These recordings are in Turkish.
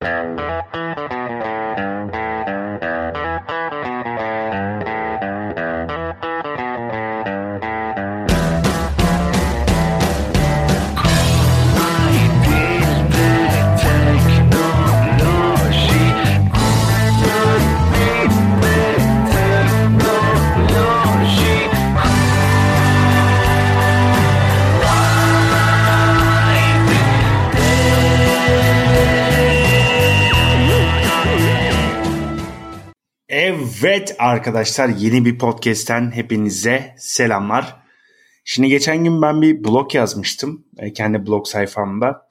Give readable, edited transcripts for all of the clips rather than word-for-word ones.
Evet arkadaşlar, yeni bir podcast'ten hepinize selamlar. Şimdi geçen gün ben bir blog yazmıştım kendi blog sayfamda.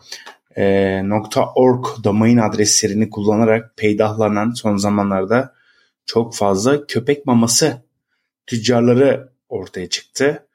.org domain adreslerini kullanarak peydahlanan son zamanlarda çok fazla köpek maması tüccarları ortaya çıktı.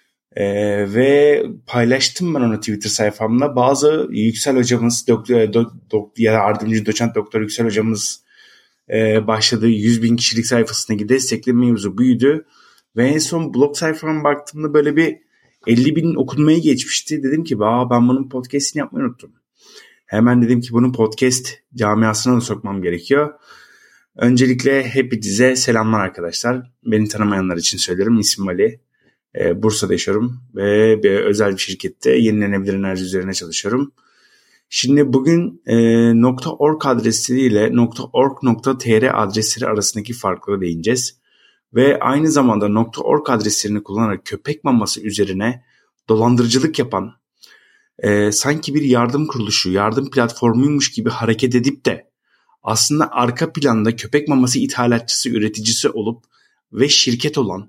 Ve paylaştım ben onu Twitter sayfamda. Bazı Yüksel hocamız, yardımcı doçent doktor Yüksel hocamız başladığı 100.000 kişilik sayfasındaki destekleme mevzu büyüdü. Ve en son blog sayfama baktığımda böyle bir 50.000 okunmayı geçmişti. Dedim ki ben bunun podcast'ini yapmayı unuttum. Hemen dedim ki bunu podcast camiasına da sokmam gerekiyor. Öncelikle hepinize selamlar arkadaşlar. Beni tanımayanlar için söylerim. İsmim Ali. Bursa'da yaşıyorum ve bir özel bir şirkette yenilenebilir enerji üzerine çalışıyorum. Şimdi bugün .org adresleriyle .org.tr adresleri arasındaki farklara değineceğiz. Ve aynı zamanda .org adreslerini kullanarak köpek maması üzerine dolandırıcılık yapan, sanki bir yardım kuruluşu, yardım platformuymuş gibi hareket edip de aslında arka planda köpek maması ithalatçısı, üreticisi olup ve şirket olan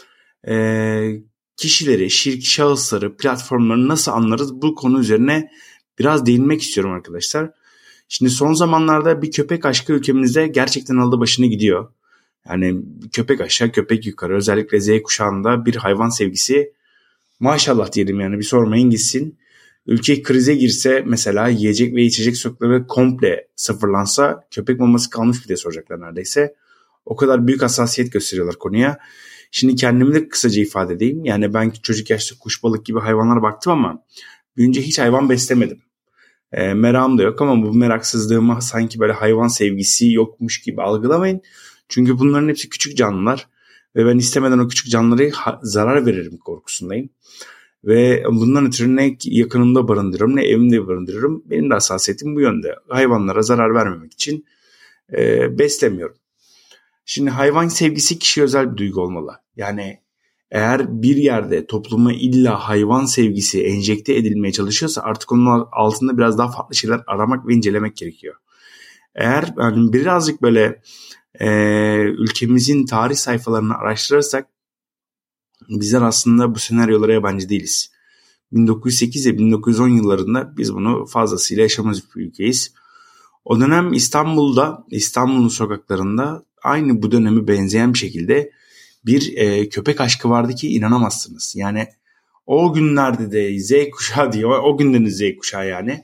kişileri, şahısları, platformları nasıl anlarız, bu konu üzerine biraz değinmek istiyorum arkadaşlar. Şimdi son zamanlarda bir köpek aşkı ülkemizde gerçekten aldı başını gidiyor. Yani köpek aşağı köpek yukarı, özellikle Z kuşağında bir hayvan sevgisi maşallah diyelim, yani bir sormayın gitsin. Ülke krize girse mesela, yiyecek ve içecek stokları komple sıfırlansa köpek maması kalmış mı diye soracaklar neredeyse. O kadar büyük hassasiyet gösteriyorlar konuya. Şimdi kendimi de kısaca ifade edeyim. Yani ben çocuk yaşta kuş, balık gibi hayvanlara baktım ama büyünce hiç hayvan beslemedim. Merakım da yok ama bu meraksızlığıma sanki böyle hayvan sevgisi yokmuş gibi algılamayın. Çünkü bunların hepsi küçük canlılar ve ben istemeden o küçük canlılara zarar veririm korkusundayım. Ve bundan ötürü ne yakınımda barındırırım ne evimde barındırırım. Benim de hassasiyetim bu yönde. Hayvanlara zarar vermemek için beslemiyorum. Şimdi hayvan sevgisi kişiye özel bir duygu olmalı. Yani eğer bir yerde topluma illa hayvan sevgisi enjekte edilmeye çalışıyorsa artık onun altında biraz daha farklı şeyler aramak ve incelemek gerekiyor. Eğer yani birazcık böyle ülkemizin tarih sayfalarını araştırırsak bizler aslında bu senaryolara yabancı değiliz. 1908 ve 1910 yıllarında biz bunu fazlasıyla yaşamış bir ülkeyiz. O dönem İstanbul'un sokaklarında aynı bu dönemi benzeyen bir şekilde bir köpek aşkı vardı ki inanamazsınız. Yani o günlerde de Z kuşağı diyor, o günden Z kuşağı yani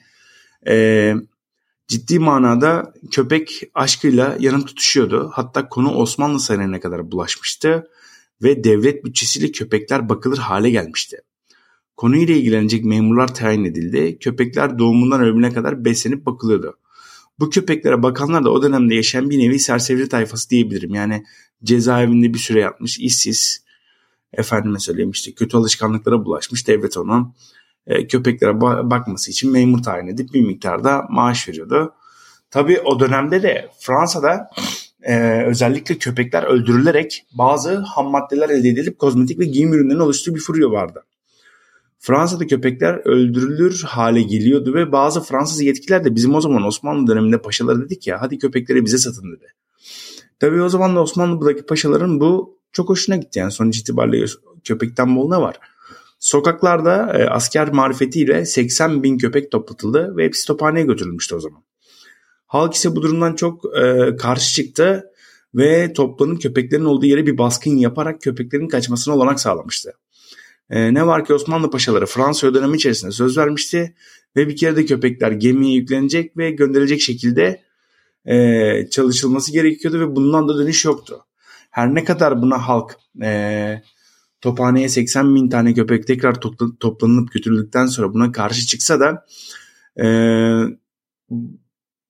ciddi manada köpek aşkıyla yanım tutuşuyordu. Hatta konu Osmanlı sarayına kadar bulaşmıştı ve devlet bütçesiyle köpekler bakılır hale gelmişti. Konuyla ilgilenecek memurlar tayin edildi. Köpekler doğumundan ölümüne kadar beslenip bakılıyordu. Bu köpeklere bakanlar da o dönemde yaşayan bir nevi serseri tayfası diyebilirim. Yani cezaevinde bir süre yatmış, işsiz, efendime söyleyeyim işte kötü alışkanlıklara bulaşmış, devlet onun köpeklere bakması için memur tayin edip bir miktarda maaş veriyordu. Tabii o dönemde de Fransa'da özellikle köpekler öldürülerek bazı ham maddeler elde edilip kozmetik ve giyim ürünlerinin oluştuğu bir furya vardı. Fransa'da köpekler öldürülür hale geliyordu ve bazı Fransız yetkililer de bizim o zaman Osmanlı döneminde paşalara dedik ya, hadi köpekleri bize satın dedi. Tabii o zaman da Osmanlı'daki paşaların bu çok hoşuna gitti. Yani sonuç itibariyle köpekten bol ne var? Sokaklarda asker marifetiyle 80.000 köpek toplatıldı ve hepsi tophaneye götürülmüştü o zaman. Halk ise bu durumdan çok karşı çıktı ve toplanıp köpeklerin olduğu yere bir baskın yaparak köpeklerin kaçmasına olanak sağlamıştı. Ne var ki Osmanlı paşaları Fransa dönemi içerisinde söz vermişti ve bir kere de köpekler gemiye yüklenecek ve gönderilecek şekilde çalışılması gerekiyordu ve bundan da dönüş yoktu. Her ne kadar buna halk tophaneye 80.000 tane köpek tekrar toplanıp götürüldükten sonra buna karşı çıksa da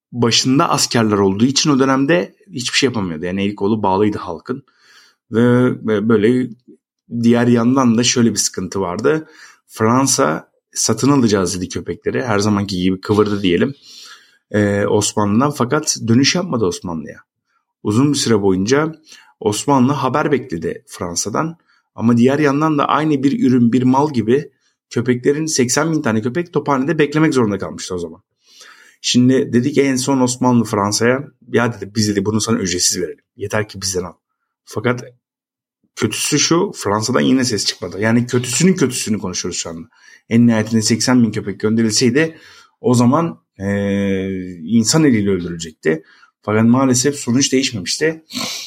başında askerler olduğu için o dönemde hiçbir şey yapamıyordu. Yani el kolu bağlıydı halkın. Ve böyle diğer yandan da şöyle bir sıkıntı vardı. Fransa satın alacağız dedi köpekleri. Her zamanki gibi kıvırdı diyelim Osmanlı'dan, fakat dönüş yapmadı Osmanlı'ya. Uzun bir süre boyunca Osmanlı haber bekledi Fransa'dan. Ama diğer yandan da aynı bir ürün, bir mal gibi köpeklerin 80 bin tane köpek Tophane'de beklemek zorunda kalmıştı o zaman. Şimdi dedik en son Osmanlı Fransa'ya, ya dedi biz dedi bunu sana ücretsiz verelim. Yeter ki bizden al. Fakat kötüsü şu, Fransa'dan yine ses çıkmadı. Yani kötüsünün kötüsünü konuşuyoruz şu anda. En nihayetinde 80 bin köpek gönderilseydi o zaman insan eliyle öldürülecekti. Fakat maalesef sonuç değişmemişti.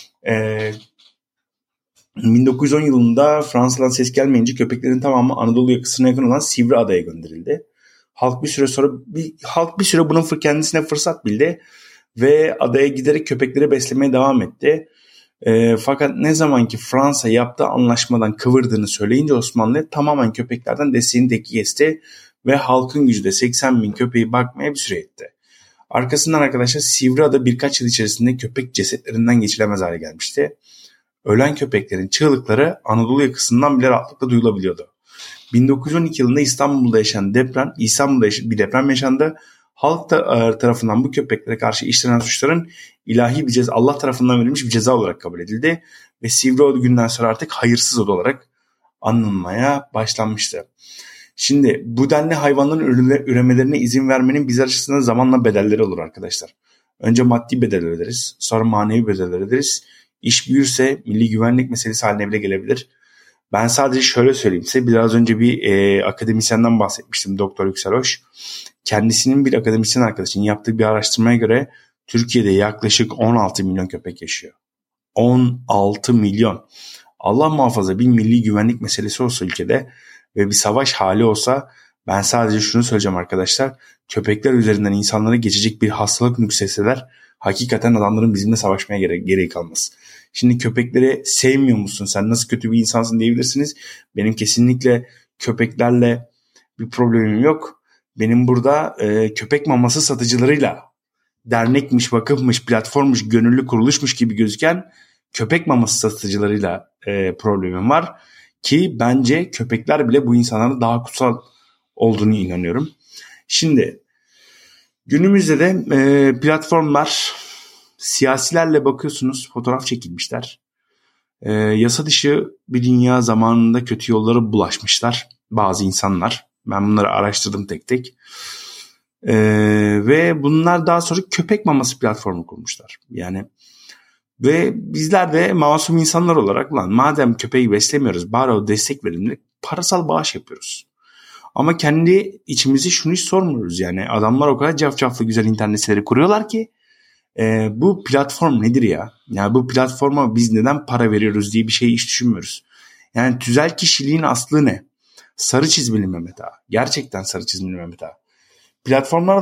1910 yılında Fransa'dan ses gelmeyince köpeklerin tamamı Anadolu yakasına yakın olan Sivriada'ya gönderildi. Halk bir süre bunun kendisine fırsat bildi ve adaya giderek köpekleri beslemeye devam etti. Fakat ne zaman ki Fransa yaptığı anlaşmadan kıvırdığını söyleyince Osmanlı tamamen köpeklerden desteğini teki kesti ve halkın gücü de 80 bin köpeği bakmaya bir süre etti. Arkasından arkadaşlar Sivriada birkaç yıl içerisinde köpek cesetlerinden geçilemez hale gelmişti. Ölen köpeklerin çığlıkları Anadolu yakasından bile rahatlıkla duyulabiliyordu. 1912 yılında İstanbul'da bir deprem yaşandı. Halk tarafından bu köpeklere karşı işlenen suçların ilahi bir ceza, Allah tarafından verilmiş bir ceza olarak kabul edildi ve Sivriada günden sonra artık hayırsız oda olarak anılmaya başlanmıştı. Şimdi bu denli hayvanların üremelerine izin vermenin bizler açısından zamanla bedelleri olur arkadaşlar. Önce maddi bedeller öderiz, sonra manevi bedeller öderiz. İş büyürse milli güvenlik meselesi haline bile gelebilir. Ben sadece şöyle söyleyeyim size, biraz önce bir akademisyenden bahsetmiştim, Doktor Yüksel Hoş. Kendisinin bir akademisyen arkadaşının yaptığı bir araştırmaya göre Türkiye'de yaklaşık 16 milyon köpek yaşıyor. 16 milyon. Allah muhafaza bir milli güvenlik meselesi olsa ülkede ve bir savaş hali olsa, ben sadece şunu söyleyeceğim arkadaşlar. Köpekler üzerinden insanlara geçecek bir hastalık nükseseler hakikaten adamların bizimle savaşmaya gereği kalmaz. Şimdi köpekleri sevmiyor musun? Sen nasıl kötü bir insansın diyebilirsiniz. Benim kesinlikle köpeklerle bir problemim yok. Benim burada köpek maması satıcılarıyla dernekmiş, vakıfmış, platformmuş, gönüllü kuruluşmuş gibi gözüken köpek maması satıcılarıyla problemim var. Ki bence köpekler bile bu insanlara daha kutsal olduğunu inanıyorum. Şimdi günümüzde de platformlar, siyasilerle bakıyorsunuz fotoğraf çekilmişler. Yasa dışı bir dünya zamanında kötü yollara bulaşmışlar bazı insanlar. Ben bunları araştırdım tek tek. Ve bunlar daha sonra köpek maması platformu kurmuşlar. Yani ve bizler de masum insanlar olarak lan madem köpeği beslemiyoruz bari o destek verimli parasal bağış yapıyoruz. Ama kendi içimizi şunu hiç sormuyoruz, yani adamlar o kadar cafcaflı güzel internet siteleri kuruyorlar ki bu platform nedir ya? Yani bu platforma biz neden para veriyoruz diye bir şey hiç düşünmüyoruz. Yani tüzel kişiliğin aslı ne? Sarı çizmeli Mehmet Ağa. Gerçekten sarı çizmeli Mehmet Ağa. Platformlar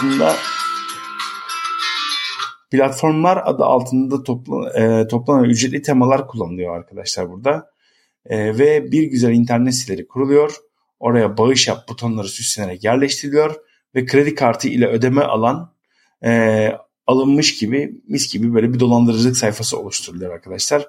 adı altında toplanan ücretli temalar kullanılıyor arkadaşlar burada. Ve bir güzel internet siteleri kuruluyor. Oraya bağış yap butonları süslenerek yerleştiriliyor. Ve kredi kartı ile ödeme alınmış gibi mis gibi böyle bir dolandırıcılık sayfası oluşturuluyor arkadaşlar.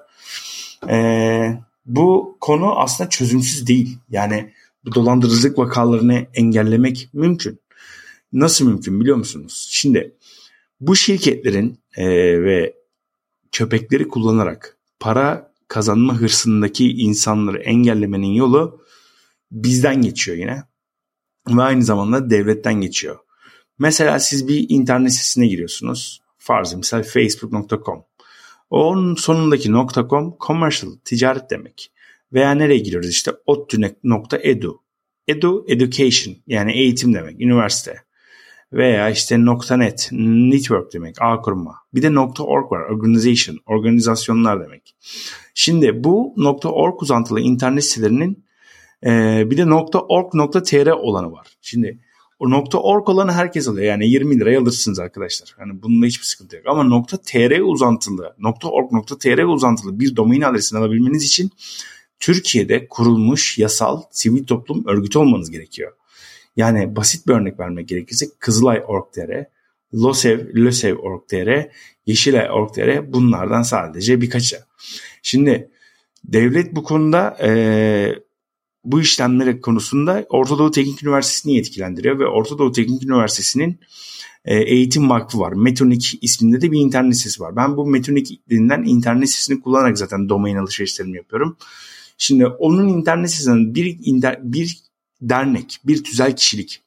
Bu konu aslında çözümsüz değil. Yani bu dolandırıcılık vakalarını engellemek mümkün. Nasıl mümkün biliyor musunuz? Şimdi bu şirketlerin ve köpekleri kullanarak para kazanma hırsındaki insanları engellemenin yolu bizden geçiyor yine. Ve aynı zamanda devletten geçiyor. Mesela siz bir internet sitesine giriyorsunuz. Farzı misal facebook.com. Onun sonundaki .com commercial, ticaret demek. Veya nereye giriyoruz işte ottu.edu. Edu, education yani eğitim demek, üniversite. Veya işte .net, network demek, ağ kurma. Bir de .org var, organization, organizasyonlar demek. Şimdi bu .org uzantılı internet sitelerinin bir de .org.tr olanı var. Şimdi o .org olanı herkes alıyor. Yani 20 liraya alırsınız arkadaşlar. Yani bununla hiçbir sıkıntı yok. Ama .tr uzantılı, .org.tr uzantılı bir domain adresini alabilmeniz için Türkiye'de kurulmuş yasal sivil toplum örgütü olmanız gerekiyor. Yani basit bir örnek vermek gerekirse Kızılay.org.tr, LÖSEV.org.tr, Yeşilay.org.tr bunlardan sadece birkaçı. Şimdi devlet bu konuda bu işlemleri konusunda Orta Doğu Teknik Üniversitesi'ni yetkilendiriyor ve Orta Doğu Teknik Üniversitesi'nin eğitim vakfı var. Metonik isminde de bir internet sitesi var. Ben bu Metonik denilen internet sitesini kullanarak zaten domain alışverişlerimi yapıyorum. Şimdi onun internet sitesinin bir dernek, bir tüzel kişilik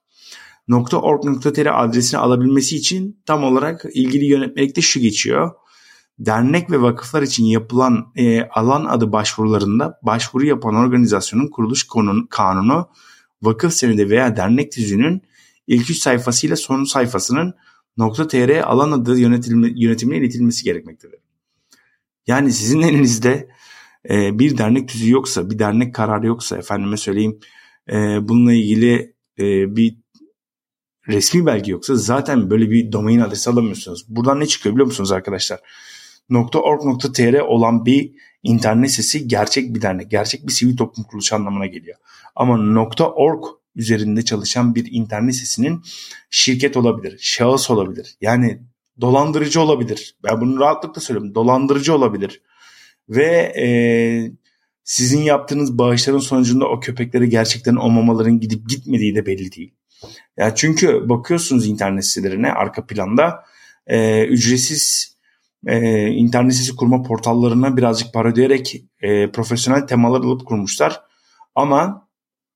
.org.tr adresini alabilmesi için tam olarak ilgili yönetmelikte şu geçiyor. Dernek ve vakıflar için yapılan alan adı başvurularında başvuru yapan organizasyonun kuruluş kanunu, vakıf senedi veya dernek tüzüğünün ilk 3 sayfasıyla son sayfasının .tr alan adı yönetimine iletilmesi gerekmektedir. Yani sizin elinizde bir dernek tüzüğü yoksa, bir dernek kararı yoksa, efendime söyleyeyim bununla ilgili bir resmi belge yoksa zaten böyle bir domain adresi alamıyorsunuz. Buradan ne çıkıyor biliyor musunuz arkadaşlar? .org.tr olan bir internet sitesi gerçek bir dernek, gerçek bir sivil toplum kuruluşu anlamına geliyor. Ama .org üzerinde çalışan bir internet sitesinin şirket olabilir, şahıs olabilir. Yani dolandırıcı olabilir. Ben bunu rahatlıkla söylüyorum. Dolandırıcı olabilir. Ve sizin yaptığınız bağışların sonucunda o köpeklere gerçekten o mamaların gidip gitmediği de belli değil. Ya çünkü bakıyorsunuz internet sitelerine arka planda ücretsiz internet sitesi kurma portallarına birazcık para ödeyerek profesyonel temalar alıp kurmuşlar. Ama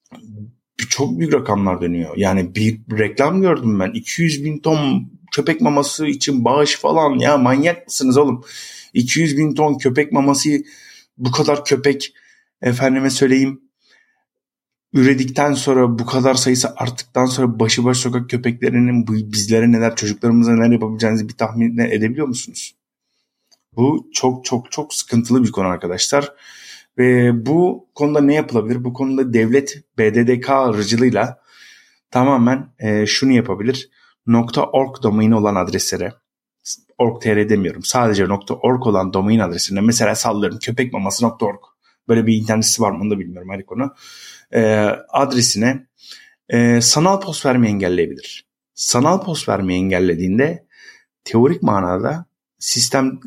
çok büyük rakamlar dönüyor. Yani bir reklam gördüm ben. 200.000 ton köpek maması için bağış falan. Ya manyak mısınız oğlum? 200.000 ton köpek maması, bu kadar köpek efendime söyleyeyim üredikten sonra, bu kadar sayısı arttıktan sonra başıboş sokak köpeklerinin bizlere neler, çocuklarımıza neler yapabileceğinizi bir tahmin edebiliyor musunuz? Bu çok çok çok sıkıntılı bir konu arkadaşlar. Ve bu konuda ne yapılabilir? Bu konuda devlet BDDK aracılığıyla tamamen şunu yapabilir. .org domaini olan adreslere, .org.tr demiyorum, sadece .org olan domain adresine, mesela sallıyorum köpekmaması.org, böyle bir internet sitesi var mı onu da bilmiyorum, her konu. Adresine sanal post vermeyi engelleyebilir. Sanal post vermeyi engellediğinde teorik manada sistem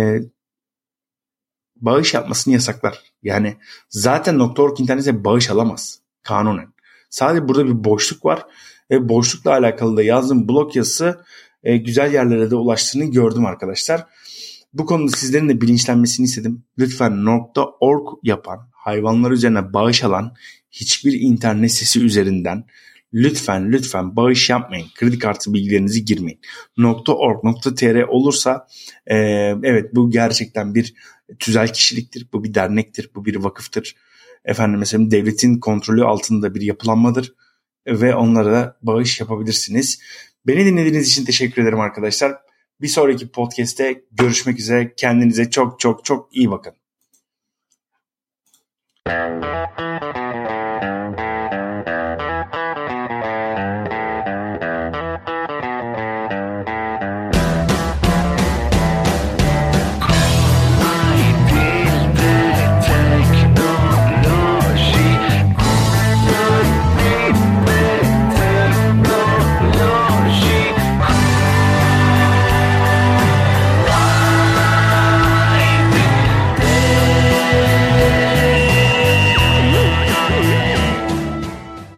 bağış yapmasını yasaklar. Yani zaten .org internete bağış alamaz kanunen. Sadece burada bir boşluk var ve boşlukla alakalı da yazdığım blog yazısı güzel yerlere de ulaştığını gördüm arkadaşlar. Bu konuda sizlerin de bilinçlenmesini istedim. Lütfen .org yapan, hayvanlar üzerine bağış alan hiçbir internet sitesi üzerinden lütfen bağış yapmayın. Kredi kartı bilgilerinizi girmeyin. .org.tr olursa evet, bu gerçekten bir tüzel kişiliktir. Bu bir dernektir. Bu bir vakıftır. Efendim mesela devletin kontrolü altında bir yapılanmadır. Ve onlara da bağış yapabilirsiniz. Beni dinlediğiniz için teşekkür ederim arkadaşlar. Bir sonraki podcast'te görüşmek üzere. Kendinize çok çok çok iyi bakın.